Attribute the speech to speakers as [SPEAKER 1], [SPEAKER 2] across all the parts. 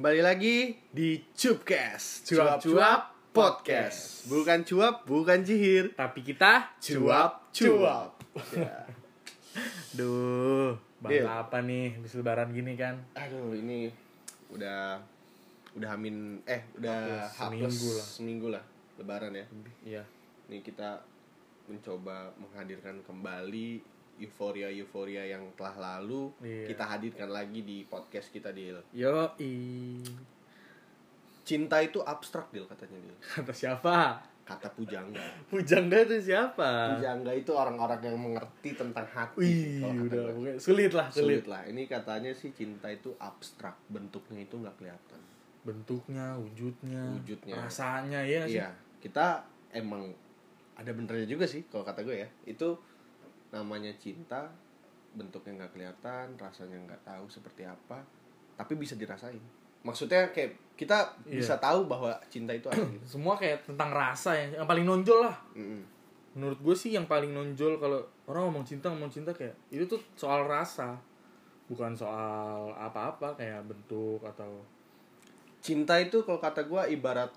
[SPEAKER 1] Kembali lagi di Cupcast,
[SPEAKER 2] Cuap-cuap Podcast.
[SPEAKER 1] Bukan cuap, bukan cihir,
[SPEAKER 2] Tapi kita
[SPEAKER 1] cuap-cuap. Ya.
[SPEAKER 2] Duh,
[SPEAKER 1] Iya.
[SPEAKER 2] bahas apa nih habis lebaran gini kan?
[SPEAKER 1] Aduh, ini udah amin udah seminggu lah lebaran ya.
[SPEAKER 2] Iya.
[SPEAKER 1] Nih kita mencoba menghadirkan kembali euforia yang telah lalu.
[SPEAKER 2] Iya.
[SPEAKER 1] Kita hadirkan lagi di podcast kita, Dil.
[SPEAKER 2] Yoi.
[SPEAKER 1] Cinta itu abstrak, Dil, katanya, Dil.
[SPEAKER 2] Kata siapa?
[SPEAKER 1] Kata Pujangga.
[SPEAKER 2] Pujangga itu siapa?
[SPEAKER 1] Pujangga itu orang-orang yang mengerti tentang hati.
[SPEAKER 2] Wih,
[SPEAKER 1] kalau kata
[SPEAKER 2] udah
[SPEAKER 1] gue.
[SPEAKER 2] pokoknya sulit
[SPEAKER 1] Lah. Ini katanya sih cinta itu abstrak, bentuknya itu nggak kelihatan.
[SPEAKER 2] Bentuknya, wujudnya, rasanya ya sih.
[SPEAKER 1] Iya, kita emang ada benernya juga sih kalau kata gue ya. Itu namanya cinta, bentuknya nggak kelihatan, rasanya nggak tahu seperti apa, tapi bisa dirasain. Maksudnya kayak kita bisa tahu bahwa cinta itu ada gitu.
[SPEAKER 2] Semua kayak tentang rasa yang paling nonjol lah.
[SPEAKER 1] Mm-mm.
[SPEAKER 2] Menurut gue sih yang paling nonjol kalau orang ngomong cinta kayak itu tuh soal rasa, bukan soal apa-apa kayak bentuk atau
[SPEAKER 1] Cinta itu kalau kata gue ibarat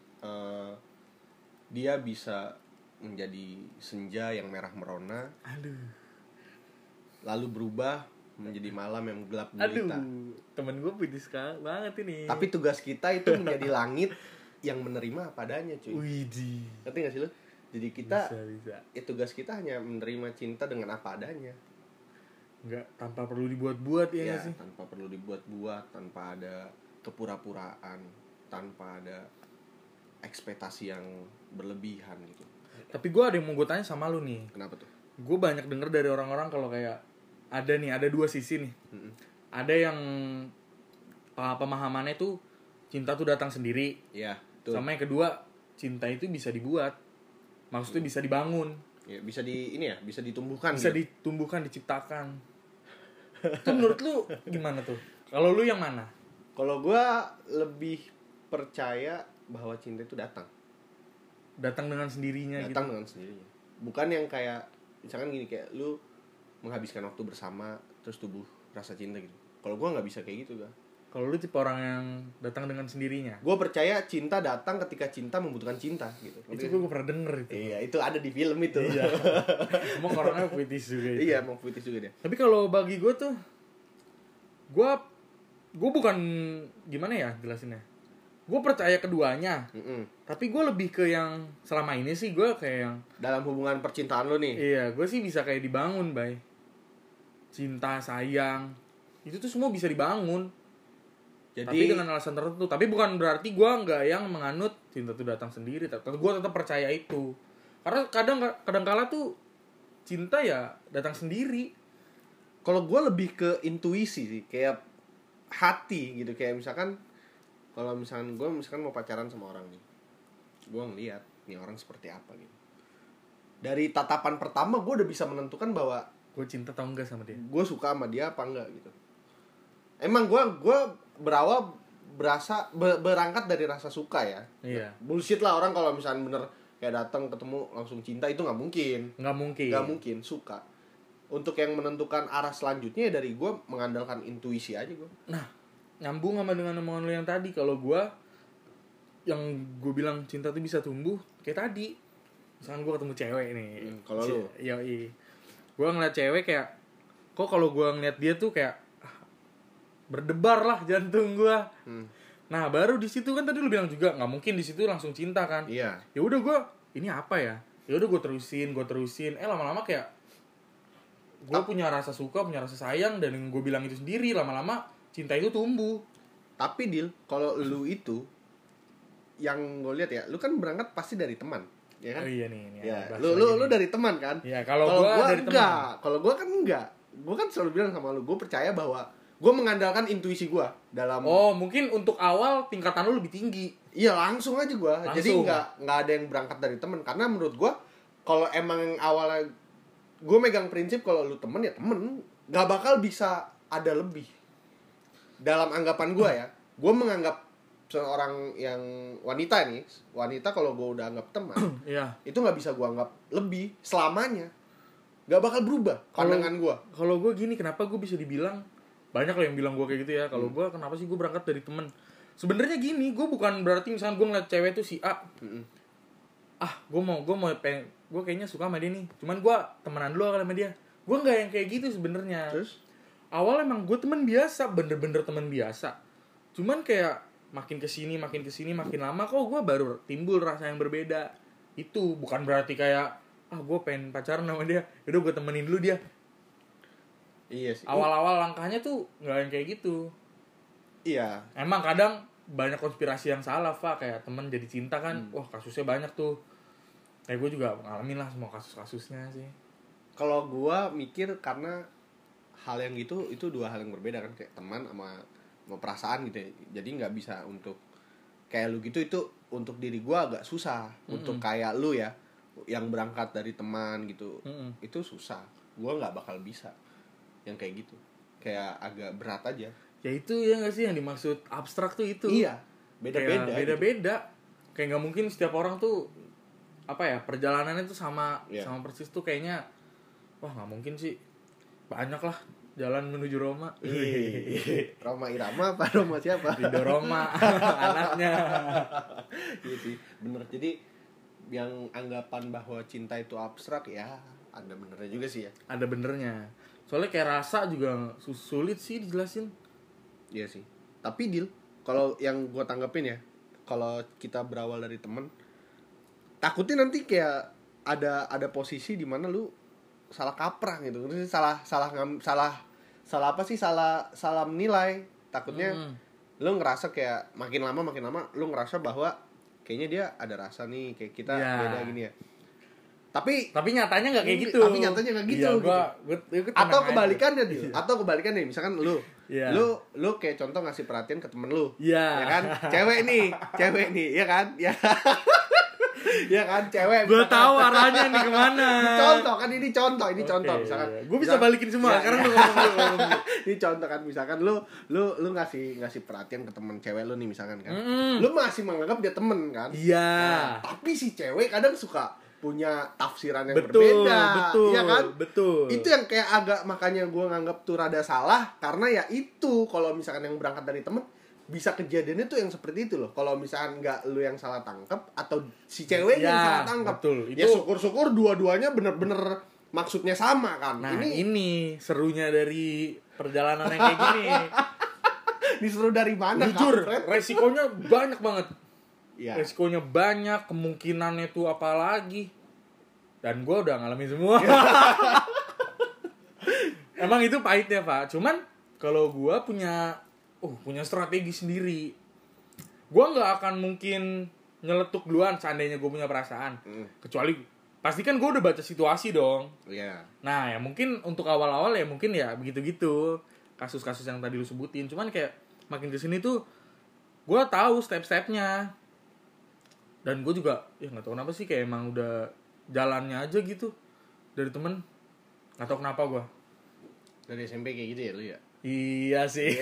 [SPEAKER 1] dia bisa menjadi senja yang merah merona, lalu berubah menjadi malam yang gelap gulita.
[SPEAKER 2] Temen gue puitis banget ini.
[SPEAKER 1] Tapi tugas kita itu menjadi langit yang menerima apa adanya, cuy.
[SPEAKER 2] Widih.
[SPEAKER 1] Ngerti gak sih lu? Jadi kita
[SPEAKER 2] bisa.
[SPEAKER 1] tugas kita hanya menerima cinta dengan apa adanya.
[SPEAKER 2] Enggak tanpa perlu dibuat-buat ya,
[SPEAKER 1] Ya,
[SPEAKER 2] gak sih?
[SPEAKER 1] tanpa perlu dibuat-buat, tanpa ada kepura-puraan, tanpa ada ekspektasi yang berlebihan gitu.
[SPEAKER 2] Tapi gue ada yang mau gue tanya sama lu nih.
[SPEAKER 1] Kenapa tuh?
[SPEAKER 2] Gue banyak denger dari orang-orang kalau kayak ada dua sisi nih.
[SPEAKER 1] Mm-mm.
[SPEAKER 2] Ada yang pemahamannya tuh cinta tuh datang sendiri.
[SPEAKER 1] Iya, tuh.
[SPEAKER 2] Sama yang kedua, cinta itu bisa dibuat. Maksudnya bisa dibangun.
[SPEAKER 1] Ya, bisa bisa ditumbuhkan.
[SPEAKER 2] Bisa
[SPEAKER 1] gitu.
[SPEAKER 2] ditumbuhkan, diciptakan. Itu menurut lu gimana tuh? Kalau lu yang mana?
[SPEAKER 1] Kalau gue lebih percaya bahwa cinta itu datang
[SPEAKER 2] Dengan sendirinya gitu.
[SPEAKER 1] dengan sendirinya. Bukan yang kayak misalkan gini, kayak lu menghabiskan waktu bersama terus tumbuh rasa cinta gitu. Kalau gue nggak bisa kayak gitu, gak.
[SPEAKER 2] Kalau lu tipe orang yang datang dengan sendirinya.
[SPEAKER 1] Gue percaya cinta datang ketika cinta membutuhkan cinta gitu.
[SPEAKER 2] Itu gue pernah denger itu.
[SPEAKER 1] Iya, itu ada di film itu.
[SPEAKER 2] Iya. Emang orangnya puitis juga itu.
[SPEAKER 1] Iya, emang puitis juga dia.
[SPEAKER 2] Tapi kalau bagi gue tuh, gue bukan gimana ya jelasinnya. Gue percaya keduanya.
[SPEAKER 1] Mm-mm.
[SPEAKER 2] Tapi gue lebih ke yang selama ini sih gue kayak yang
[SPEAKER 1] Dalam hubungan percintaan lo nih.
[SPEAKER 2] iya, gue sih bisa kayak dibangun, bay. Cinta, sayang, itu tuh semua bisa dibangun.
[SPEAKER 1] Jadi
[SPEAKER 2] Tapi dengan alasan tertentu. Tapi bukan berarti gue nggak yang menganut cinta itu datang sendiri. Gue tetap percaya itu. Karena kadang-kala tuh cinta ya datang sendiri.
[SPEAKER 1] kalau gue lebih ke intuisi sih, kayak hati gitu. Kayak misalkan kalau misalkan gue mau pacaran sama orang nih, gue ngeliat nih orang seperti apa gitu. Dari tatapan pertama gue udah bisa menentukan bahwa
[SPEAKER 2] Gue cinta atau enggak sama dia.
[SPEAKER 1] gue suka sama dia apa enggak gitu. Emang gue berawal berangkat dari rasa suka ya.
[SPEAKER 2] Iya.
[SPEAKER 1] Bullshit lah orang kalau misalnya bener kayak datang ketemu langsung cinta, itu nggak mungkin.
[SPEAKER 2] Nggak mungkin.
[SPEAKER 1] Suka. Untuk yang menentukan arah selanjutnya ya dari gue mengandalkan intuisi aja gue.
[SPEAKER 2] Nah, nyambung sama dengan omongan lu yang tadi. Kalau gue yang gue bilang cinta tuh bisa tumbuh kayak tadi. Misalkan gue ketemu cewek nih.
[SPEAKER 1] Kalau lu?
[SPEAKER 2] Yoi. Gue ngeliat cewek kayak, kok kalau gue ngeliat dia tuh kayak berdebar lah jantung gue. Nah, baru di situ kan tadi lu bilang juga nggak mungkin di situ langsung cinta kan.
[SPEAKER 1] Iya.
[SPEAKER 2] Ya udah gue, ini apa ya? Ya udah gue terusin. Lama-lama kayak gue punya rasa suka, punya rasa sayang, dan yang gue bilang itu sendiri, lama-lama cinta itu tumbuh.
[SPEAKER 1] Tapi Dil, kalau lu itu yang gue lihat ya, lu kan berangkat pasti dari teman, ya kan?
[SPEAKER 2] Oh iya nih.
[SPEAKER 1] Ya, lu dari teman kan?
[SPEAKER 2] Ya, kalau gua dari
[SPEAKER 1] enggak. Kalau gua kan enggak. Gua kan selalu bilang sama lu, gua percaya bahwa gua mengandalkan intuisi gua dalam.
[SPEAKER 2] Oh, mungkin untuk awal tingkatan lu lebih tinggi.
[SPEAKER 1] Iya, langsung aja gua.
[SPEAKER 2] Langsung.
[SPEAKER 1] Jadi enggak ada yang berangkat dari teman, karena menurut gua kalau emang awalnya gua megang prinsip kalau lu temen ya temen, enggak bakal bisa ada lebih. Dalam anggapan gua ya, gua menganggap seorang yang wanita kalau gue udah anggap teman,
[SPEAKER 2] Iya.
[SPEAKER 1] itu nggak bisa gue anggap lebih selamanya, nggak bakal berubah pandangan gue.
[SPEAKER 2] Kalau gue gini, kenapa gue bisa dibilang banyak loh yang bilang gue kayak gitu ya. Kalau gue kenapa sih gue berangkat dari temen? sebenarnya gini, gue bukan berarti misalnya gue ngeliat cewek tuh si A, gue kayaknya suka sama dia nih, cuman gue temenan dulu sama dia. Gue nggak yang kayak gitu sebenarnya.
[SPEAKER 1] Terus
[SPEAKER 2] awal emang gue teman biasa, bener-bener teman biasa, cuman kayak makin kesini makin lama kok gue baru timbul rasa yang berbeda. Itu bukan berarti kayak gue pengen pacaran sama dia, yaudah gue temenin dulu dia.
[SPEAKER 1] iya sih.
[SPEAKER 2] Awal-awal langkahnya tuh nggak yang kayak gitu.
[SPEAKER 1] Iya.
[SPEAKER 2] Emang kadang banyak konspirasi yang salah, Pak. Kayak temen jadi cinta kan, wah kasusnya banyak tuh. Kayak gue juga ngalamin lah semua kasus-kasusnya sih.
[SPEAKER 1] Kalau gue mikir karena hal yang gitu itu dua hal yang berbeda kan, kayak teman sama perasaan gitu ya. Jadi nggak bisa untuk kayak lu gitu, itu untuk diri gue agak susah. Untuk kayak lu ya yang berangkat dari teman gitu, itu susah. Gue nggak bakal bisa yang kayak gitu, kayak agak berat aja.
[SPEAKER 2] Ya itu ya nggak sih yang dimaksud abstrak tuh itu.
[SPEAKER 1] Iya, beda-beda.
[SPEAKER 2] Beda-beda. Kayak nggak mungkin setiap orang tuh apa ya, perjalanannya tuh sama persis tuh kayaknya. Wah nggak mungkin sih. Banyak lah jalan menuju Roma.
[SPEAKER 1] Roma Irama apa Roma siapa?
[SPEAKER 2] Ridho Roma anaknya.
[SPEAKER 1] Iya sih, bener. Jadi yang anggapan bahwa cinta itu abstrak ya ada benernya juga sih ya.
[SPEAKER 2] Ada benernya. Soalnya kayak rasa juga sulit sih dijelasin.
[SPEAKER 1] Iya sih. Tapi Dil, kalau yang gue tanggepin ya, kalau kita berawal dari temen, takutnya nanti kayak ada posisi di mana lu salah kaprah gitu. Salah menilai. Takutnya lu ngerasa kayak makin lama lu ngerasa bahwa kayaknya dia ada rasa nih, kayak kita beda gini ya. Tapi
[SPEAKER 2] nyatanya nggak kayak gitu.
[SPEAKER 1] Tapi nyatanya nggak gitu.
[SPEAKER 2] Gua
[SPEAKER 1] atau kebalikannya Dil. Atau kebalikannya, misalkan lu lu kayak contoh ngasih perhatian ke temen lu. Ya kan? Cewek nih, ya kan? Ya. Ya kan, cewek.
[SPEAKER 2] Gue tahu arahnya nih kemana.
[SPEAKER 1] Ini contoh misalkan.
[SPEAKER 2] Gue bisa balikin semua sekarang lu ngomong.
[SPEAKER 1] Ini contoh kan, misalkan lu ngasih perhatian ke temen cewek lu nih misalkan kan. Lu masih menganggap dia temen kan?
[SPEAKER 2] Iya.
[SPEAKER 1] Nah, tapi si cewek kadang suka punya tafsiran yang berbeda. Iya kan?
[SPEAKER 2] Betul.
[SPEAKER 1] Itu yang kayak agak, makanya gue nganggap tuh rada salah, karena ya itu kalau misalkan yang berangkat dari temen, bisa kejadiannya tuh yang seperti itu loh. Kalau misalkan nggak lu yang salah tangkap atau si cewek yang salah tangkap, ya syukur-syukur dua-duanya bener-bener maksudnya sama kan.
[SPEAKER 2] Nah ini serunya dari perjalanan yang kayak gini.
[SPEAKER 1] Diseru dari mana?
[SPEAKER 2] Jujur, resikonya banyak banget.
[SPEAKER 1] Ya.
[SPEAKER 2] Resikonya banyak, kemungkinannya tuh apa lagi. Dan gue udah ngalamin semua. Emang itu pahitnya, Pak. Cuman kalau gue punya strategi sendiri. Gue nggak akan mungkin nyeletuk duluan seandainya gue punya perasaan. Kecuali pasti kan gue udah baca situasi dong.
[SPEAKER 1] Iya.
[SPEAKER 2] Nah ya mungkin untuk awal-awal ya mungkin ya begitu-gitu kasus-kasus yang tadi lu sebutin. Cuman kayak makin kesini tuh gue tahu step-stepnya. Dan gue juga ya nggak tahu kenapa sih, kayak emang udah jalannya aja gitu dari temen. Nggak tahu kenapa gue.
[SPEAKER 1] Dari SMP kayak gitu ya lu ya?
[SPEAKER 2] Iya sih.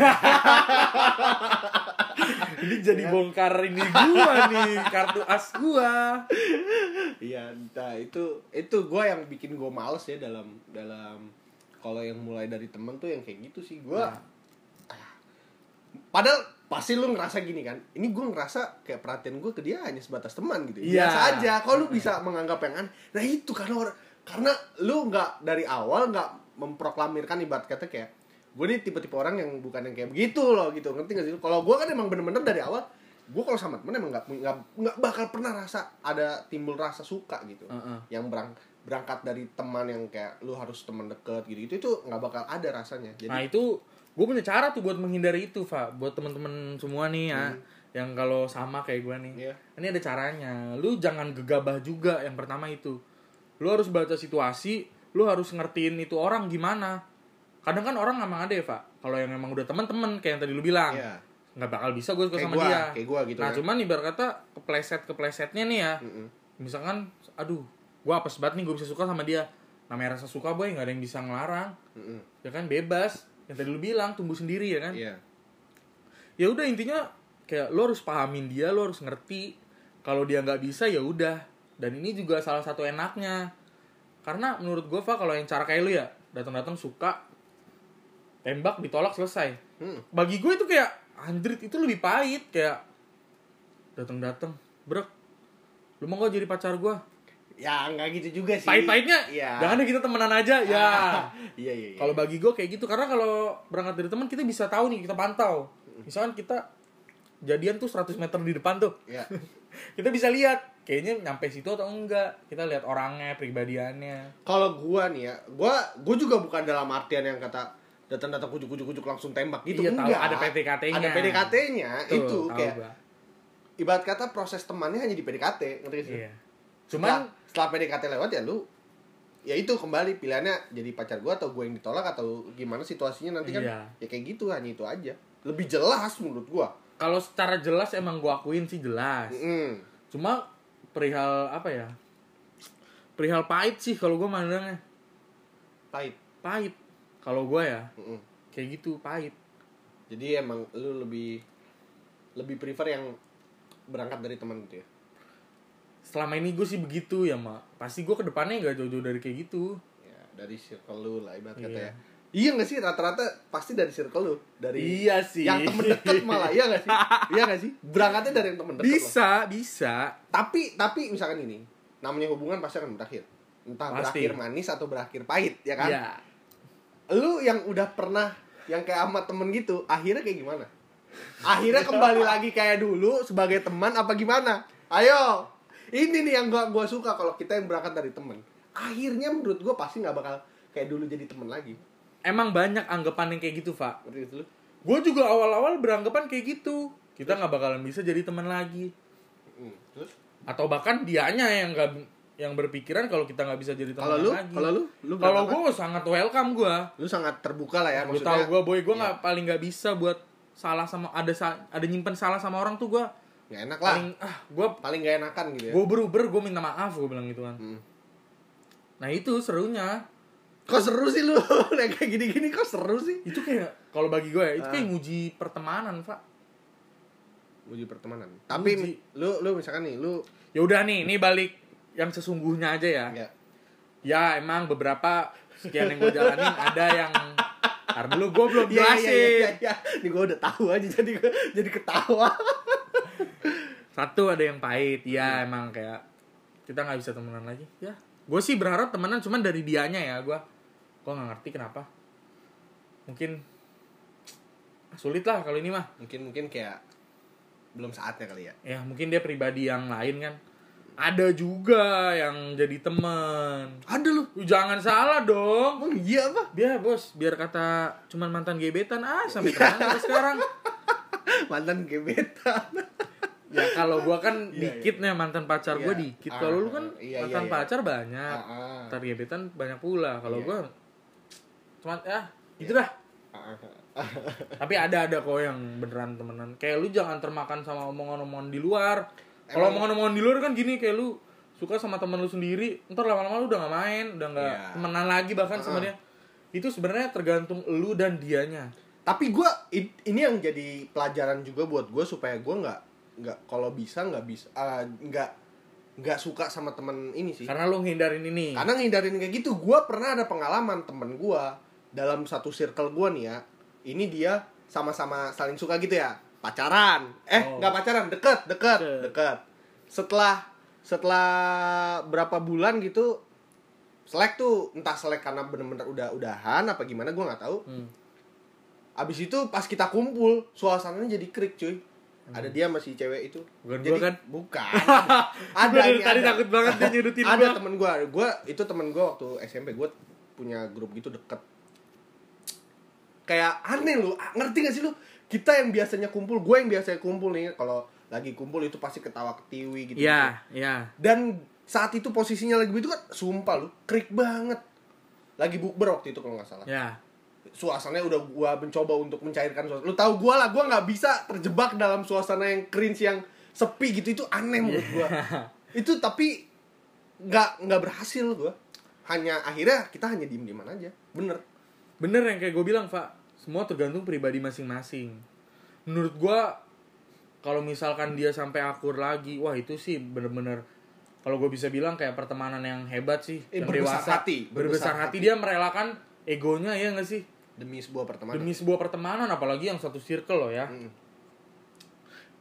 [SPEAKER 2] Ini jadi bongkar ini gua nih, kartu as gua.
[SPEAKER 1] Iya, nah itu gua yang bikin gua males ya dalam kalau yang mulai dari temen tuh yang kayak gitu sih gua. Padahal pasti lu ngerasa gini kan. Ini gua ngerasa kayak perhatian gua ke dia hanya sebatas teman gitu. Biasa aja. Kalau lu bisa menganggap yang aneh. Nah itu karena lu nggak dari awal nggak memproklamirkan, ibarat kata kayak gue nih tipe-tipe orang yang bukan yang kayak begitu loh gitu, ngerti gak sih? Kalau gue kan emang bener-bener dari awal, gue kalau sama temen emang nggak bakal pernah timbul rasa suka gitu. Yang berangkat dari teman yang kayak lu harus teman deket gitu, itu nggak bakal ada rasanya. Jadi,
[SPEAKER 2] nah itu gue punya cara tuh buat menghindari itu, Pak. Buat temen-temen semua nih ya, yang kalau sama kayak gue nih, ini ada caranya. Lu jangan gegabah juga. Yang pertama itu, lu harus baca situasi, lu harus ngertiin itu orang gimana. Kadang kan orang emang ada ya, Pak. Kalau yang emang udah teman-teman kayak yang tadi lu bilang, nggak bakal bisa gue suka sama dia.
[SPEAKER 1] Kayak gua gitu.
[SPEAKER 2] Nah, cuman ibarat kata keplesetnya nih ya. Misalkan, aduh, gue apes banget nih gue bisa suka sama dia. Namanya rasa suka, boy, nggak ada yang bisa ngelarang. Ya kan, bebas. Yang tadi lu bilang, tumbuh sendiri ya kan. Ya udah, intinya kayak lu harus pahamin dia, lu harus ngerti. Kalau dia nggak bisa ya udah. Dan ini juga salah satu enaknya. Karena menurut gue, Pak, kalau yang cara kayak lu ya, datang-datang suka, tembak, ditolak, selesai. Bagi gue itu kayak anjrit itu lebih pahit. Kayak datang brek, lu mau gak jadi pacar gue?
[SPEAKER 1] Ya nggak gitu juga sih.
[SPEAKER 2] Pahit-pahitnya jangan deh, kita temenan aja ya.
[SPEAKER 1] Iya.
[SPEAKER 2] Kalau bagi gue kayak gitu, karena kalau berangkat dari teman kita bisa tahu nih, kita pantau. Misalkan kita jadian tuh 100 meter di depan tuh.
[SPEAKER 1] Iya.
[SPEAKER 2] Kita bisa lihat kayaknya nyampe situ atau enggak. Kita lihat orangnya, pribadiannya.
[SPEAKER 1] Kalau gua nih ya, gua juga bukan dalam artian yang kata datang kujuk langsung tembak gitu.
[SPEAKER 2] Iya,
[SPEAKER 1] enggak.
[SPEAKER 2] tahu ada PDKT-nya.
[SPEAKER 1] Ada PDKT-nya itu
[SPEAKER 2] tahu
[SPEAKER 1] kayak
[SPEAKER 2] gua.
[SPEAKER 1] Ibarat kata proses temannya hanya di PDKT, ngerti gak sih?
[SPEAKER 2] Iya. Cuman
[SPEAKER 1] setelah PDKT lewat ya lu ya itu kembali pilihannya jadi pacar gua atau gua yang ditolak atau gimana situasinya nanti kan.
[SPEAKER 2] Iya.
[SPEAKER 1] Ya kayak gitu, hanya itu aja. Lebih jelas menurut gua.
[SPEAKER 2] kalau secara jelas emang gua akuin sih jelas. Cuma perihal apa ya? Perihal pahit sih kalau gua mandangnya. Pahit. Kalau gua ya. Kayak gitu, pahit.
[SPEAKER 1] Jadi emang lu lebih prefer yang berangkat dari teman gitu ya.
[SPEAKER 2] Selama ini gue sih begitu ya, Mak. Pasti gue kedepannya gak jauh-jauh dari kayak gitu.
[SPEAKER 1] Ya, dari circle lu lah ibarat kata
[SPEAKER 2] Iya.
[SPEAKER 1] ya. Iya gak sih? Rata-rata pasti dari circle lu. Dari
[SPEAKER 2] Iya sih.
[SPEAKER 1] yang temen deket malah, iya gak sih? Iya gak sih? Berangkatnya dari yang temen deket
[SPEAKER 2] Bisa.
[SPEAKER 1] Tapi misalkan ini, namanya hubungan pasti akan berakhir. Entah
[SPEAKER 2] Pasti.
[SPEAKER 1] berakhir manis atau berakhir pahit, ya kan?
[SPEAKER 2] Iya.
[SPEAKER 1] Lu yang udah pernah, yang kayak sama temen gitu, akhirnya kayak gimana? Akhirnya kembali lagi kayak dulu sebagai teman apa gimana? Ayo! Ini nih yang gua suka kalau kita yang berangkat dari temen. Akhirnya menurut gua pasti gak bakal kayak dulu jadi temen lagi.
[SPEAKER 2] Emang banyak anggapan yang kayak gitu, Pak.
[SPEAKER 1] Ngerti gitu lu?
[SPEAKER 2] Gue juga awal-awal beranggapan kayak gitu. Kita nggak bakalan bisa jadi teman lagi.
[SPEAKER 1] Terus?
[SPEAKER 2] Atau bahkan dianya yang berpikiran kalau kita nggak bisa jadi teman lagi.
[SPEAKER 1] Kalau lu
[SPEAKER 2] Kalau
[SPEAKER 1] beranggapan?
[SPEAKER 2] gue sangat welcome gue.
[SPEAKER 1] Lu sangat terbuka lah ya
[SPEAKER 2] Lu
[SPEAKER 1] maksudnya.
[SPEAKER 2] tahu gue, boy, gue
[SPEAKER 1] Iya.
[SPEAKER 2] nggak paling nggak bisa buat salah sama ada nyimpen salah sama orang tuh gue
[SPEAKER 1] Gak enak lah.
[SPEAKER 2] paling
[SPEAKER 1] Paling gak enakan gitu ya.
[SPEAKER 2] gue beruber gue minta maaf, gue bilang gitu kan. Nah itu serunya.
[SPEAKER 1] Kok seru sih lu? Kayak gini-gini kok seru sih?
[SPEAKER 2] Itu kayak kalau bagi gue ya, itu kayak nguji pertemanan, Pak.
[SPEAKER 1] Uji pertemanan. Tapi
[SPEAKER 2] Uji.
[SPEAKER 1] lu misalkan nih, lu
[SPEAKER 2] Ya udah nih, ini balik yang sesungguhnya aja ya.
[SPEAKER 1] ya.
[SPEAKER 2] Ya emang beberapa sekian yang gue jalanin ada yang ntar dulu gue belum jelasin.
[SPEAKER 1] Iya. Ini gue udah tahu aja jadi ketawa.
[SPEAKER 2] Satu ada yang pahit, ya emang kayak kita nggak bisa temenan lagi. Ya, gue sih berharap temenan cuman dari dianya ya, gue nggak ngerti kenapa. Mungkin sulit lah kalau ini mah.
[SPEAKER 1] Mungkin kayak belum saatnya kali ya.
[SPEAKER 2] Ya mungkin dia pribadi yang lain kan. Ada juga yang jadi teman.
[SPEAKER 1] Ada lu.
[SPEAKER 2] Jangan salah dong.
[SPEAKER 1] Emang iya apa?
[SPEAKER 2] Biar kata cuman mantan gebetan sampai sekarang.
[SPEAKER 1] Mantan gebetan.
[SPEAKER 2] Ya kalau gua kan
[SPEAKER 1] Iya,
[SPEAKER 2] dikit nih mantan pacar gua
[SPEAKER 1] Iya.
[SPEAKER 2] dikit. Kalau lu kan
[SPEAKER 1] Iya,
[SPEAKER 2] mantan
[SPEAKER 1] iya.
[SPEAKER 2] pacar banyak. Mantan gebetan banyak pula. Kalau
[SPEAKER 1] Iya.
[SPEAKER 2] gua cuma gitu dah. Tapi ada kok yang beneran temenan. Kayak lu jangan termakan sama omongan-omongan di luar. Kalau omongan-omongan di luar kan gini, kayak lu suka sama teman lu sendiri, ntar lama-lama lu udah gak main, udah gak
[SPEAKER 1] Iya.
[SPEAKER 2] temenan lagi bahkan sama dia. Itu sebenarnya tergantung lu dan dianya.
[SPEAKER 1] Tapi gue ini yang jadi pelajaran juga buat gue supaya gue nggak kalau bisa nggak suka sama temen ini sih.
[SPEAKER 2] Karena lu hindarin ini.
[SPEAKER 1] Karena ngindarin kayak gitu, gue pernah ada pengalaman temen gue dalam satu circle gue nih ya. Ini dia sama-sama saling suka gitu ya, pacaran. Nggak pacaran, deket. Setelah berapa bulan gitu, selek tuh, entah selek karena bener-bener udahan apa gimana gue nggak tahu. Abis itu pas kita kumpul, suasananya jadi krik cuy. Ada dia masih cewek itu.
[SPEAKER 2] Bukan
[SPEAKER 1] jadi,
[SPEAKER 2] gua kan?
[SPEAKER 1] Bukan.
[SPEAKER 2] Ada
[SPEAKER 1] ini
[SPEAKER 2] tadi
[SPEAKER 1] ada.
[SPEAKER 2] takut banget dia nyudutin
[SPEAKER 1] Ada
[SPEAKER 2] gua.
[SPEAKER 1] temen gue itu temen gue waktu SMP, gue punya grup gitu deket. Kayak aneh lu, ngerti gak sih lu? Kita yang biasanya kumpul, gue yang biasanya kumpul nih, kalau lagi kumpul itu pasti ketawa ketiwi gitu.
[SPEAKER 2] Iya.
[SPEAKER 1] Dan saat itu posisinya lagi begitu kan, sumpah lu, krik banget. Lagi bukber waktu itu kalau nggak salah.
[SPEAKER 2] Ya.
[SPEAKER 1] Suasananya udah gue mencoba untuk mencairkan suasana. Lu tahu gue lah, gue nggak bisa terjebak dalam suasana yang cringe yang sepi gitu, itu aneh menurut gue. Itu tapi nggak berhasil gue. Akhirnya kita hanya diem-dieman aja.
[SPEAKER 2] Bener yang kayak gue bilang, Pak. Semua tergantung pribadi masing-masing. Menurut gue, kalau misalkan dia sampai akur lagi, wah itu sih bener-bener, kalau gue bisa bilang kayak pertemanan yang hebat sih, yang
[SPEAKER 1] berbesar
[SPEAKER 2] dewasa.
[SPEAKER 1] hati.
[SPEAKER 2] Berbesar hati, dia merelakan egonya, ya nggak sih?
[SPEAKER 1] Demi sebuah pertemanan.
[SPEAKER 2] Demi sebuah pertemanan, apalagi yang satu circle loh ya.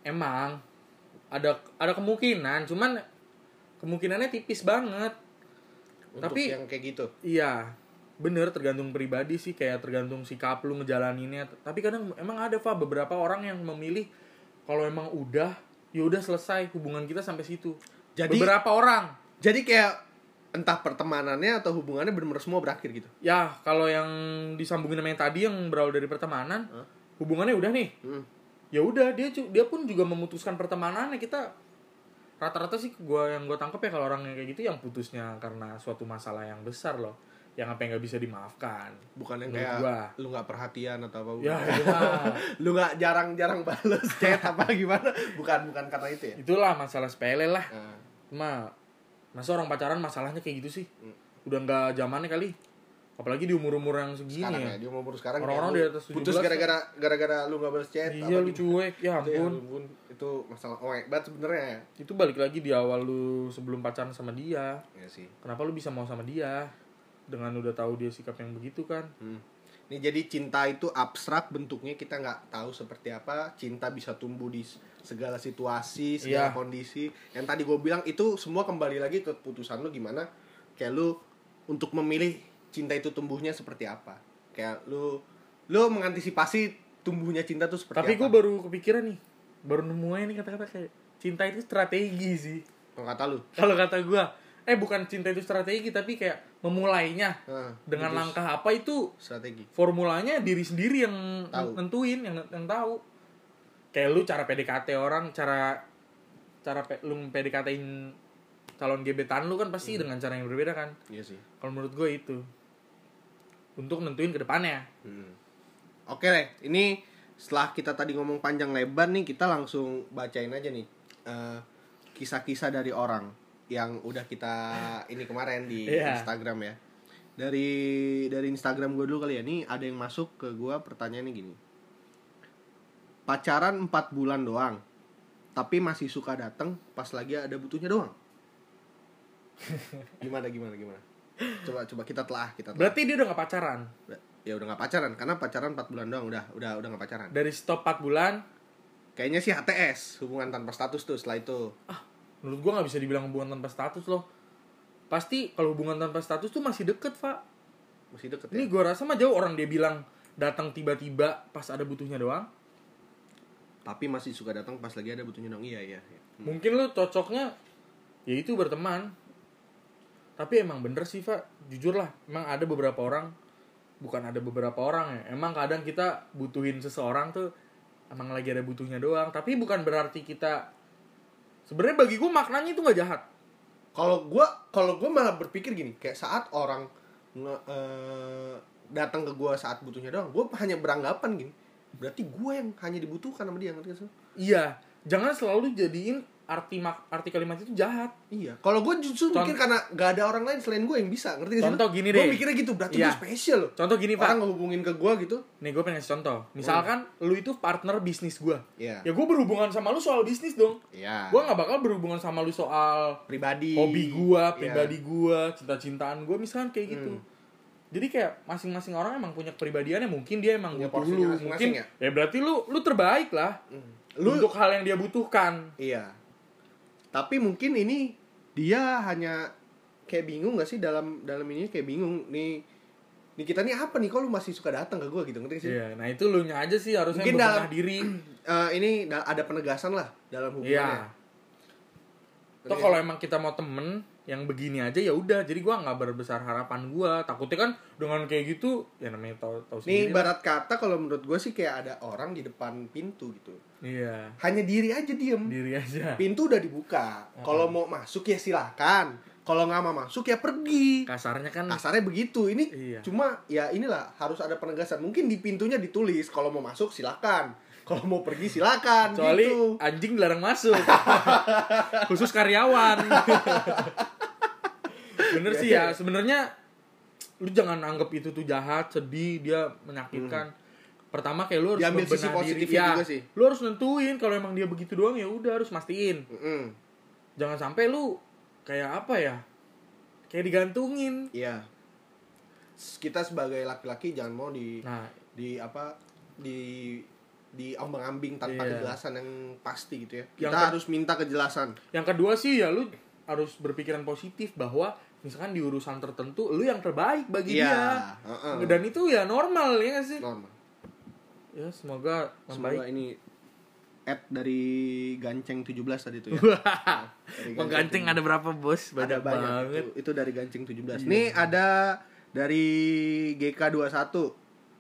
[SPEAKER 2] emang ada kemungkinan, cuman kemungkinannya tipis banget.
[SPEAKER 1] Untuk
[SPEAKER 2] Tapi
[SPEAKER 1] yang kayak gitu.
[SPEAKER 2] iya, bener, tergantung pribadi sih, kayak tergantung sikap lu ngejalaninnya. Tapi kadang emang ada beberapa orang yang memilih kalau emang ya udah selesai hubungan kita sampai situ. Beberapa orang.
[SPEAKER 1] Jadi kayak entah pertemanannya atau hubungannya benar-benar semua berakhir gitu.
[SPEAKER 2] Ya, kalau yang disambungin sama yang tadi yang berawal dari pertemanan, hubungannya udah nih. Ya udah, dia pun juga memutuskan pertemanannya. Kita rata-rata sih yang gue tangkap ya kalau orang yang kayak gitu yang putusnya karena suatu masalah yang besar loh, yang apa yang nggak bisa dimaafkan.
[SPEAKER 1] Bukan yang
[SPEAKER 2] Menurut
[SPEAKER 1] kayak lu nggak perhatian atau apa.
[SPEAKER 2] Ya,
[SPEAKER 1] Lu nggak jarang balas chat apa gimana. Bukan karena itu ya.
[SPEAKER 2] Itulah masalah sepele lah. Masa orang pacaran masalahnya kayak gitu sih. Udah nggak zamannya kali. Apalagi di umur-umur yang segini
[SPEAKER 1] sekarang
[SPEAKER 2] ya.
[SPEAKER 1] Di umur sekarang
[SPEAKER 2] orang-orang di atas 17
[SPEAKER 1] putus gara-gara lu nggak balas chat.
[SPEAKER 2] Iya, lu cuek. Ya ampun.
[SPEAKER 1] Itu masalah banget sebenarnya.
[SPEAKER 2] Itu balik lagi di awal lu sebelum pacaran sama dia.
[SPEAKER 1] Iya sih.
[SPEAKER 2] Kenapa lu bisa mau sama dia dengan udah tahu dia sikap yang begitu kan?
[SPEAKER 1] Ini jadi cinta itu abstrak bentuknya, kita nggak tahu seperti apa. Cinta bisa tumbuh di segala situasi, segala kondisi. Yang tadi gue bilang itu semua kembali lagi ke keputusan lu gimana. Kayak lu untuk memilih cinta itu tumbuhnya seperti apa. Kayak lu mengantisipasi tumbuhnya cinta tuh seperti
[SPEAKER 2] Tapi
[SPEAKER 1] apa.
[SPEAKER 2] gue baru kepikiran nih, baru nemu aja nih kata-kata kayak cinta itu strategi sih.
[SPEAKER 1] Kalau kata lu.
[SPEAKER 2] Kalau kata gue, bukan cinta itu strategi, tapi kayak memulainya dengan langkah apa itu
[SPEAKER 1] strategi.
[SPEAKER 2] Formulanya diri sendiri yang nentuin, yang tahu. Kayak lu cara PDKT orang, cara lu PDKT-in calon gebetan lu kan pasti dengan cara yang berbeda kan.
[SPEAKER 1] Iya sih.
[SPEAKER 2] Kalau menurut gue itu untuk nentuin ke depannya.
[SPEAKER 1] Oke deh, ini setelah kita tadi ngomong panjang lebar nih, kita langsung bacain aja nih kisah-kisah dari orang yang udah kita ini kemarin di Instagram ya. Dari Instagram gue dulu kali ya. Nih ada yang masuk ke gue, pertanyaannya gini. Pacaran 4 bulan doang, tapi masih suka datang pas lagi ada butuhnya doang. Gimana? Coba kita telah.
[SPEAKER 2] Berarti dia udah gak pacaran?
[SPEAKER 1] Ya udah gak pacaran, karena pacaran 4 bulan doang, udah gak pacaran.
[SPEAKER 2] Dari stop 4 bulan?
[SPEAKER 1] Kayaknya sih HTS, hubungan tanpa status tuh setelah itu.
[SPEAKER 2] Menurut gue gak bisa dibilang hubungan tanpa status loh. Pasti kalau hubungan tanpa status tuh masih deket, Pak.
[SPEAKER 1] Masih deket ya?
[SPEAKER 2] Ini gue rasa mah jauh orang dia bilang datang tiba-tiba pas ada butuhnya doang.
[SPEAKER 1] Tapi masih suka datang pas lagi ada butuhnya doang. Iya.
[SPEAKER 2] Mungkin lu cocoknya ya itu berteman. Tapi emang bener sih, Pak. Jujur lah, emang ada beberapa orang, bukan ada beberapa orang ya, emang kadang kita butuhin seseorang tuh emang lagi ada butuhnya doang. Tapi bukan berarti kita, sebenarnya bagi gue maknanya itu nggak jahat.
[SPEAKER 1] Kalau gue malah berpikir gini, kayak saat orang datang ke gue saat butuhnya doang, gue hanya beranggapan gini, berarti gue yang hanya dibutuhkan sama dia, ngerti gak sih?
[SPEAKER 2] Iya, jangan selalu jadiin arti kalimat itu jahat.
[SPEAKER 1] Iya. Kalau gue justru mikir karena gak ada orang lain selain gue yang bisa, ngerti gak sih?
[SPEAKER 2] Contoh gini deh.
[SPEAKER 1] Gue mikirnya gitu, berarti gue spesial loh.
[SPEAKER 2] Contoh gini, Pak.
[SPEAKER 1] Orang ngehubungin ke gue gitu.
[SPEAKER 2] Nih gue pengen kasih contoh. Misalkan lu itu partner bisnis gue.
[SPEAKER 1] Iya.
[SPEAKER 2] Ya gue berhubungan sama lu soal bisnis dong.
[SPEAKER 1] Iya.
[SPEAKER 2] Gue gak bakal berhubungan sama lu soal
[SPEAKER 1] pribadi,
[SPEAKER 2] hobi gue, pribadi gue, cinta-cintaan gue, misalkan kayak gitu. Jadi kayak masing-masing orang emang punya kepribadiannya. Mungkin dia emang butuh lu. Mungkin ya berarti lu terbaik lah. Untuk hal yang dia butuhkan.
[SPEAKER 1] Iya. Tapi mungkin ini dia hanya kayak bingung gak sih dalam ini, kayak bingung nih kita nih apa nih, kok lu masih suka datang ke gue gitu, ngerti sih?
[SPEAKER 2] Iya, nah itu lu nya aja sih harusnya
[SPEAKER 1] mungkin
[SPEAKER 2] berbenah diri.
[SPEAKER 1] Ini ada penegasan lah dalam hubungannya.
[SPEAKER 2] Iya. Toh kalau emang kita mau temen yang begini aja ya udah, jadi gue nggak berbesar harapan gue. Takutnya kan dengan kayak gitu ya namanya tahu sendiri.
[SPEAKER 1] Nih barat kata kalau menurut gue sih kayak ada orang di depan pintu gitu.
[SPEAKER 2] Iya.
[SPEAKER 1] Hanya diri aja diem.
[SPEAKER 2] Diri aja.
[SPEAKER 1] Pintu udah dibuka. Kalau mau masuk ya silakan. Kalau nggak mau masuk ya pergi. Kasarnya begitu. Ini cuma ya inilah harus ada penegasan. Mungkin di pintunya ditulis kalau mau masuk silakan. Kalau mau pergi silakan.
[SPEAKER 2] Kecuali
[SPEAKER 1] gitu.
[SPEAKER 2] anjing dilarang masuk. Khusus karyawan. Bener sih ya. Sebenarnya lu jangan anggap itu tuh jahat, sedih, dia menyakitkan. Pertama kayak lu harus membenah diri.
[SPEAKER 1] Juga sih.
[SPEAKER 2] Lu harus nentuin kalau emang dia begitu doang ya udah harus mastiin. Jangan sampai lu kayak apa ya? Kayak digantungin.
[SPEAKER 1] Iya. Kita sebagai laki-laki jangan mau diombang-ambing tanpa
[SPEAKER 2] Iya.
[SPEAKER 1] kejelasan yang pasti gitu ya.
[SPEAKER 2] Yang
[SPEAKER 1] Kita harus minta kejelasan.
[SPEAKER 2] Yang kedua sih ya lu harus berpikiran positif bahwa misalkan di urusan tertentu lu yang terbaik bagi
[SPEAKER 1] Iya,
[SPEAKER 2] dia. Dan itu ya normal ya nggak sih?
[SPEAKER 1] Normal.
[SPEAKER 2] Ya semoga
[SPEAKER 1] Semoga
[SPEAKER 2] membaik.
[SPEAKER 1] ini dari Ganceng 17 tadi tuh ya. Dari
[SPEAKER 2] Penggancing ada berapa bos?
[SPEAKER 1] ada
[SPEAKER 2] Banyak
[SPEAKER 1] banyak
[SPEAKER 2] banget.
[SPEAKER 1] itu dari Ganceng 17.
[SPEAKER 2] Iya.
[SPEAKER 1] Nih ada dari GK21.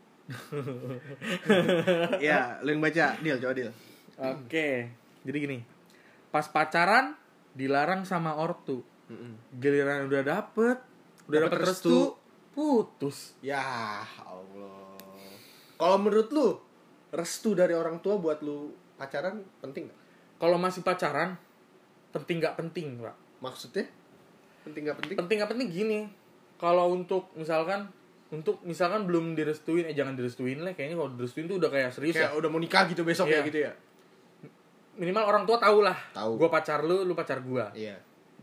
[SPEAKER 1] Ya, lu yang baca, Dil, coba Dil.
[SPEAKER 2] Oke. Jadi gini. Pas pacaran dilarang sama ortu. Giliran udah dapet
[SPEAKER 1] Dapet
[SPEAKER 2] restu, putus.
[SPEAKER 1] Ya Allah. Kalau menurut lu, restu dari orang tua buat lu pacaran penting gak?
[SPEAKER 2] Kalau masih pacaran, penting nggak penting, Pak?
[SPEAKER 1] Maksudnya? Penting gak penting?
[SPEAKER 2] Penting nggak penting gini. Kalau untuk misalkan belum direstuin, jangan direstuin lah. Kayaknya kalau direstuin tuh udah kayak serius
[SPEAKER 1] Kayak
[SPEAKER 2] ya.
[SPEAKER 1] udah mau nikah gitu besok
[SPEAKER 2] Iya.
[SPEAKER 1] kayak gitu ya?
[SPEAKER 2] Minimal orang tua tahu lah.
[SPEAKER 1] Tahu.
[SPEAKER 2] Gua pacar lu pacar gua.
[SPEAKER 1] Iya.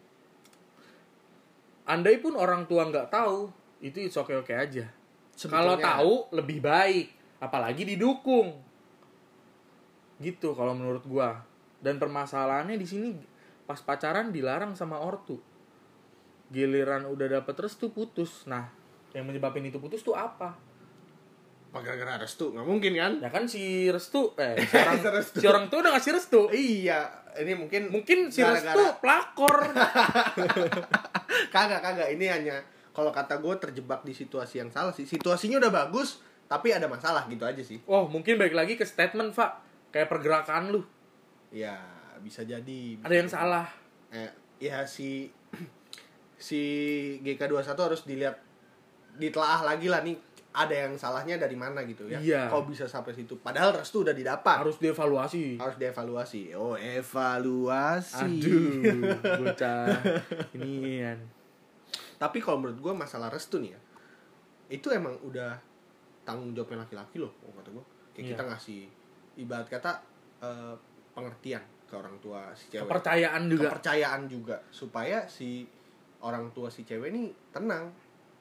[SPEAKER 2] Andai pun orang tua nggak tahu, itu oke-oke aja. Kalau
[SPEAKER 1] Sebetulnya-
[SPEAKER 2] tahu lebih baik, apalagi didukung. Gitu kalau menurut gua. Dan permasalahannya di sini pas pacaran dilarang sama ortu. Giliran udah dapet restu putus. Nah, yang menyebabkan itu putus tuh apa?
[SPEAKER 1] Gara-gara restu, nggak mungkin kan?
[SPEAKER 2] Ya kan si restu
[SPEAKER 1] Restu.
[SPEAKER 2] si orang tua udah ngasih restu.
[SPEAKER 1] Iya, ini mungkin
[SPEAKER 2] Si restu pelakor.
[SPEAKER 1] kagak ini hanya kalau kata gue terjebak di situasi yang salah sih. Situasinya udah bagus tapi ada masalah gitu aja sih.
[SPEAKER 2] Oh, mungkin balik lagi ke statement, Pak. Kayak pergerakan lu.
[SPEAKER 1] Ya bisa jadi.
[SPEAKER 2] Ada yang salah.
[SPEAKER 1] Ya si GK21 harus ditelaah lagi lah nih, ada yang salahnya dari mana gitu ya.
[SPEAKER 2] Iya.
[SPEAKER 1] Kok bisa sampai situ? Padahal restu udah didapat.
[SPEAKER 2] Harus dievaluasi.
[SPEAKER 1] Harus dievaluasi. Oh, evaluasi.
[SPEAKER 2] Aduh, bocah. Inian.
[SPEAKER 1] Tapi kalau menurut gue masalah restu nih ya, itu emang udah tanggung jawabnya laki-laki loh, kata gue. Kayak
[SPEAKER 2] Iya.
[SPEAKER 1] kita ngasih ibarat kata pengertian ke orang tua si cewek. Kepercayaan juga supaya si orang tua si cewek ini tenang.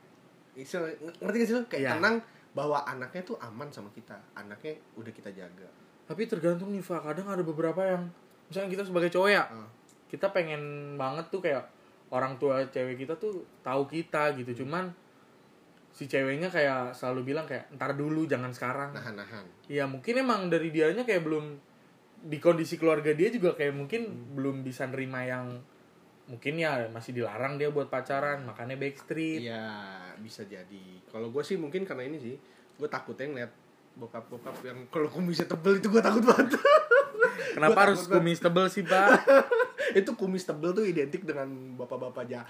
[SPEAKER 1] Ngerti gak sih lo? Kayak
[SPEAKER 2] Iya.
[SPEAKER 1] tenang bahwa anaknya tuh aman sama kita. Anaknya udah kita jaga.
[SPEAKER 2] Tapi tergantung nih, Pak. Kadang ada beberapa yang misalnya kita sebagai cowok ya, kita pengen banget tuh kayak orang tua cewek kita tuh tahu kita gitu. Cuman si ceweknya kayak selalu bilang kayak ntar dulu, jangan sekarang.
[SPEAKER 1] Nahan-nahan.
[SPEAKER 2] Ya mungkin emang dari dianya kayak belum, di kondisi keluarga dia juga kayak mungkin belum bisa nerima yang mungkin ya masih dilarang dia buat pacaran, makanya backstreet.
[SPEAKER 1] Iya, bisa jadi. Kalau gue sih mungkin karena ini sih, gue takutnya ngeliat bokap-bokap yang kalau kumisnya tebel itu gue takut banget.
[SPEAKER 2] Kenapa
[SPEAKER 1] Gua
[SPEAKER 2] harus
[SPEAKER 1] takut banget.
[SPEAKER 2] kumis tebel sih, Pak?
[SPEAKER 1] Itu kumis tebel tuh identik dengan bapak-bapak jahat.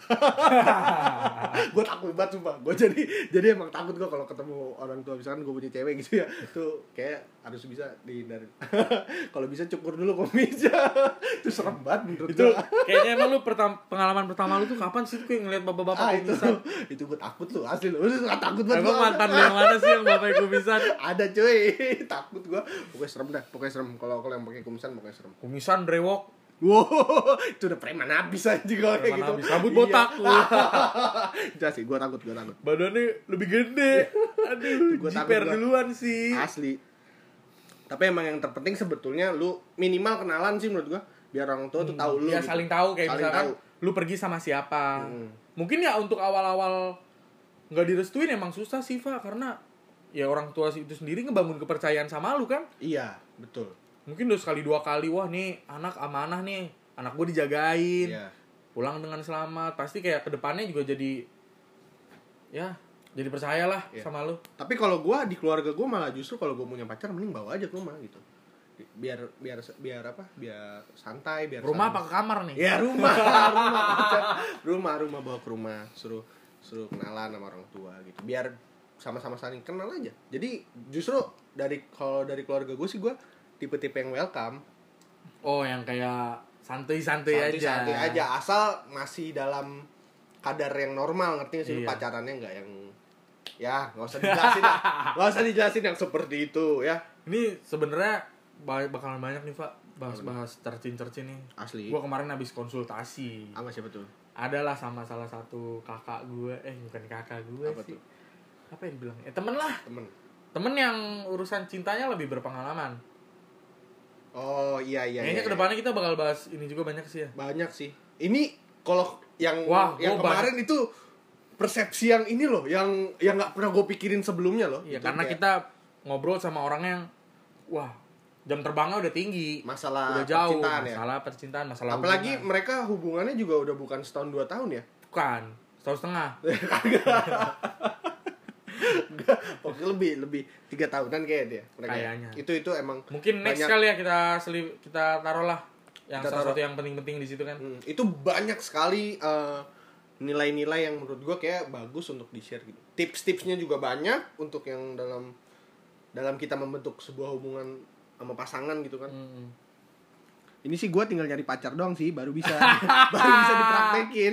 [SPEAKER 1] Gue takut banget sumpah. Gue jadi emang takut gue kalau ketemu orang tua, misalkan gue punya cewek gitu ya, tuh kayak harus bisa dihindarin. Kalau bisa cukur dulu kumisnya. Itu serem banget menurut
[SPEAKER 2] Itu
[SPEAKER 1] gue.
[SPEAKER 2] kayaknya emang lu pengalaman pertama lu tuh kapan sih tuh kayak ngeliat bapak-bapak kumisan?
[SPEAKER 1] itu gue takut lu asli lu. Lu gak takut banget.
[SPEAKER 2] Emang
[SPEAKER 1] gua.
[SPEAKER 2] mantan lu yang mana sih yang bapak kumisan?
[SPEAKER 1] Ada cuy. Takut gue. Pokoknya serem dah. Pokoknya serem. Kalau yang pakai kumisan pokoknya serem.
[SPEAKER 2] Kumisan brewok,
[SPEAKER 1] Wow, itu udah preman habis aja kalau kayak
[SPEAKER 2] Preman
[SPEAKER 1] gitu.
[SPEAKER 2] habis. Rambut botak.
[SPEAKER 1] Itu sih, gue takut.
[SPEAKER 2] badannya lebih gede. Aduh,
[SPEAKER 1] Gua takut
[SPEAKER 2] jiper
[SPEAKER 1] gua.
[SPEAKER 2] duluan sih.
[SPEAKER 1] Asli. Tapi emang yang terpenting sebetulnya lu minimal kenalan sih menurut gua, biar orang tua tuh tahu lu.
[SPEAKER 2] Ya
[SPEAKER 1] gitu.
[SPEAKER 2] saling tahu kayak
[SPEAKER 1] Saling
[SPEAKER 2] misalkan
[SPEAKER 1] tahu.
[SPEAKER 2] lu pergi sama siapa.
[SPEAKER 1] Hmm.
[SPEAKER 2] Mungkin ya untuk awal-awal nggak direstuin emang susah sih, Fa, karena ya orang tua itu sendiri ngebangun kepercayaan sama lu kan.
[SPEAKER 1] Iya, betul.
[SPEAKER 2] Mungkin udah sekali dua kali, wah nih anak amanah nih, anak gue dijagain,
[SPEAKER 1] Iya.
[SPEAKER 2] pulang dengan selamat, pasti kayak kedepannya juga jadi percayalah
[SPEAKER 1] Iya.
[SPEAKER 2] sama lu.
[SPEAKER 1] Tapi kalau gua di keluarga gua malah justru kalau gua punya pacar mending bawa aja ke rumah gitu. Biar apa? Biar santai, biar
[SPEAKER 2] Rumah apa
[SPEAKER 1] saling-
[SPEAKER 2] ke kamar nih?
[SPEAKER 1] Ya rumah rumah bawa ke rumah, suruh kenalan sama orang tua gitu. Biar sama-sama saling kenal aja. Jadi justru kalau dari keluarga gue sih gue tipe-tipe yang welcome.
[SPEAKER 2] Oh, yang kayak santuy-santuy aja.
[SPEAKER 1] Santai aja asal masih dalam kadar yang normal, ngerti gak sih? Lu
[SPEAKER 2] Iya.
[SPEAKER 1] pacarannya nggak yang ya nggak usah dijelasin lah. Nggak usah dijelasin yang seperti itu ya.
[SPEAKER 2] Ini sebenarnya bakalan banyak nih, Pak, bahas cercin nih.
[SPEAKER 1] Asli.
[SPEAKER 2] Gua kemarin habis konsultasi.
[SPEAKER 1] Sama siapa tuh?
[SPEAKER 2] Adalah sama salah satu kakak gue, bukan kakak gue
[SPEAKER 1] Apa
[SPEAKER 2] sih.
[SPEAKER 1] tuh?
[SPEAKER 2] Apa yang dibilang? Temen lah.
[SPEAKER 1] Temen.
[SPEAKER 2] Temen yang urusan cintanya lebih berpengalaman.
[SPEAKER 1] Oh iya.
[SPEAKER 2] Kayaknya kedepannya kita bakal bahas ini juga banyak sih ya.
[SPEAKER 1] Banyak sih. Ini kalau yang
[SPEAKER 2] gua
[SPEAKER 1] kemarin itu persepsi yang ini loh, yang nggak pernah gue pikirin sebelumnya loh.
[SPEAKER 2] Iya,
[SPEAKER 1] Itu
[SPEAKER 2] karena
[SPEAKER 1] kayak
[SPEAKER 2] kita ngobrol sama orang yang jam terbangnya udah tinggi,
[SPEAKER 1] masalah
[SPEAKER 2] udah jauh,
[SPEAKER 1] percintaan ya.
[SPEAKER 2] masalah percintaan, masalah
[SPEAKER 1] Apalagi
[SPEAKER 2] hubungan.
[SPEAKER 1] mereka hubungannya juga udah bukan setahun 2 tahun ya.
[SPEAKER 2] Bukan, setahun setengah.
[SPEAKER 1] Pokoknya lebih 3 tahunan kayak dia mereka.
[SPEAKER 2] Kayaknya.
[SPEAKER 1] Itu emang
[SPEAKER 2] Mungkin next
[SPEAKER 1] banyak,
[SPEAKER 2] kali ya kita taruh lah yang
[SPEAKER 1] Kita
[SPEAKER 2] salah
[SPEAKER 1] taruh.
[SPEAKER 2] satu yang penting-penting di situ kan.
[SPEAKER 1] itu banyak sekali nilai-nilai yang menurut gua kayak bagus untuk di-share gitu. Tips-tipsnya juga banyak untuk yang dalam kita membentuk sebuah hubungan sama pasangan gitu kan. Ini sih gua tinggal nyari pacar doang sih baru bisa dipraktekin.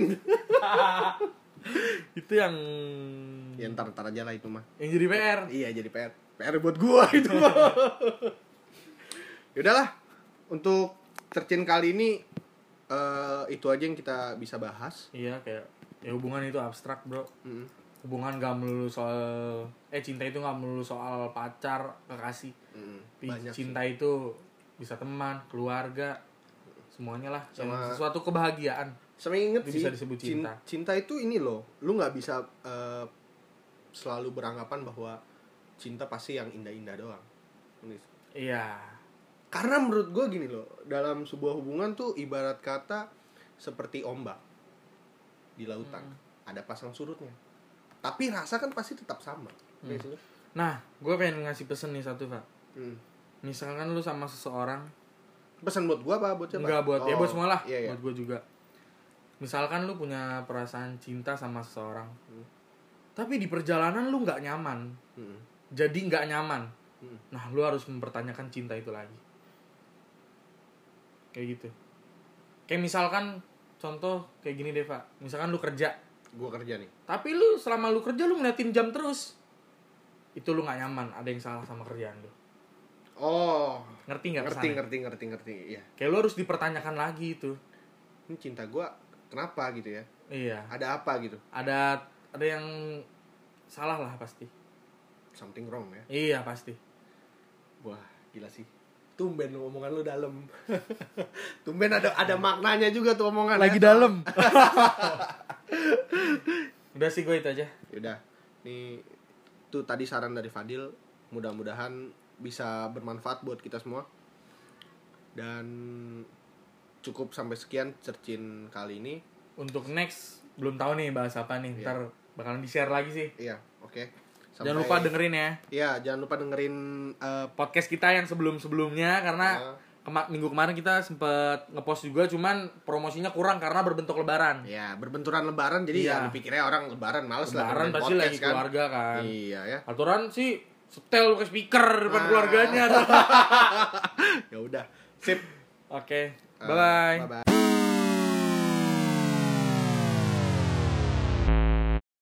[SPEAKER 2] Itu yang
[SPEAKER 1] Ya ntar aja lah itu mah.
[SPEAKER 2] yang jadi PR.
[SPEAKER 1] Iya jadi PR buat gua itu mah. Yaudahlah, untuk tercin kali ini itu aja yang kita bisa bahas.
[SPEAKER 2] Iya, kayak ya hubungan itu abstrak, Bro.
[SPEAKER 1] Mm.
[SPEAKER 2] Hubungan gak melulu soal cinta itu gak melulu soal pacar, kekasih. Tapi
[SPEAKER 1] Banyak
[SPEAKER 2] cinta itu bisa teman, keluarga, semuanya lah.
[SPEAKER 1] Sama-
[SPEAKER 2] Sesuatu kebahagiaan.
[SPEAKER 1] Sama inget
[SPEAKER 2] Itu
[SPEAKER 1] sih
[SPEAKER 2] bisa disebut cinta.
[SPEAKER 1] Cinta itu ini loh, lu nggak bisa selalu beranggapan bahwa cinta pasti yang indah-indah doang.
[SPEAKER 2] Iya.
[SPEAKER 1] Karena menurut gue gini loh, dalam sebuah hubungan tuh ibarat kata seperti ombak di lautan. Ada pasang surutnya. Tapi rasa kan pasti tetap sama.
[SPEAKER 2] Nah, gue pengen ngasih pesen nih satu, Pak.
[SPEAKER 1] Hmm.
[SPEAKER 2] Misalkan lu sama seseorang,
[SPEAKER 1] Pesan buat gue apa buat siapa?
[SPEAKER 2] enggak buat ya buat semua lah,
[SPEAKER 1] Iya.
[SPEAKER 2] buat gue juga. Misalkan lu punya perasaan cinta sama seseorang, tapi di perjalanan lu nggak nyaman, jadi nggak nyaman. Nah, lu harus mempertanyakan cinta itu lagi. Kayak gitu. Kayak misalkan contoh kayak gini deh, Pak. Misalkan lu kerja,
[SPEAKER 1] Gue kerja nih.
[SPEAKER 2] tapi lu selama lu kerja lu ngeliatin jam terus. Itu lu nggak nyaman, ada yang salah sama kerjaan lu.
[SPEAKER 1] Oh,
[SPEAKER 2] Ngerti nggak kesannya?
[SPEAKER 1] ngerti. Iya.
[SPEAKER 2] Kayak lu harus dipertanyakan lagi itu.
[SPEAKER 1] Ini cinta gue kenapa gitu ya?
[SPEAKER 2] Iya.
[SPEAKER 1] Ada apa gitu?
[SPEAKER 2] Ada yang salah lah pasti.
[SPEAKER 1] Something wrong ya?
[SPEAKER 2] Iya pasti.
[SPEAKER 1] Wah, gila sih. Tumben lu omongan lu dalam. Tumben ada maknanya juga tuh omongan.
[SPEAKER 2] Lagi
[SPEAKER 1] ya.
[SPEAKER 2] dalam. Udah sih gue itu aja.
[SPEAKER 1] Yaudah, nih itu tadi saran dari Fadil. Mudah-mudahan bisa bermanfaat buat kita semua. Dan cukup sampai sekian cercin kali ini.
[SPEAKER 2] Untuk next belum tahu nih bahas apa nih.
[SPEAKER 1] Iya.
[SPEAKER 2] Ntar bakalan di-share lagi sih.
[SPEAKER 1] Iya, oke.
[SPEAKER 2] Jangan lupa dengerin ya
[SPEAKER 1] Iya, jangan lupa dengerin
[SPEAKER 2] podcast kita yang sebelum-sebelumnya karena minggu kemarin kita sempet ngepost juga, cuman promosinya kurang karena berbentuk lebaran.
[SPEAKER 1] ya berbenturan lebaran jadi
[SPEAKER 2] Iya.
[SPEAKER 1] ya lu pikirnya orang lebaran males lah
[SPEAKER 2] Lebaran
[SPEAKER 1] dengerin
[SPEAKER 2] pasti
[SPEAKER 1] podcast,
[SPEAKER 2] lagi keluarga kan.
[SPEAKER 1] Iya ya.
[SPEAKER 2] Aturan sih setel pakai speaker depan keluarganya.
[SPEAKER 1] Ya udah. Sip.
[SPEAKER 2] Oke. Bye bye.
[SPEAKER 1] Bye bye.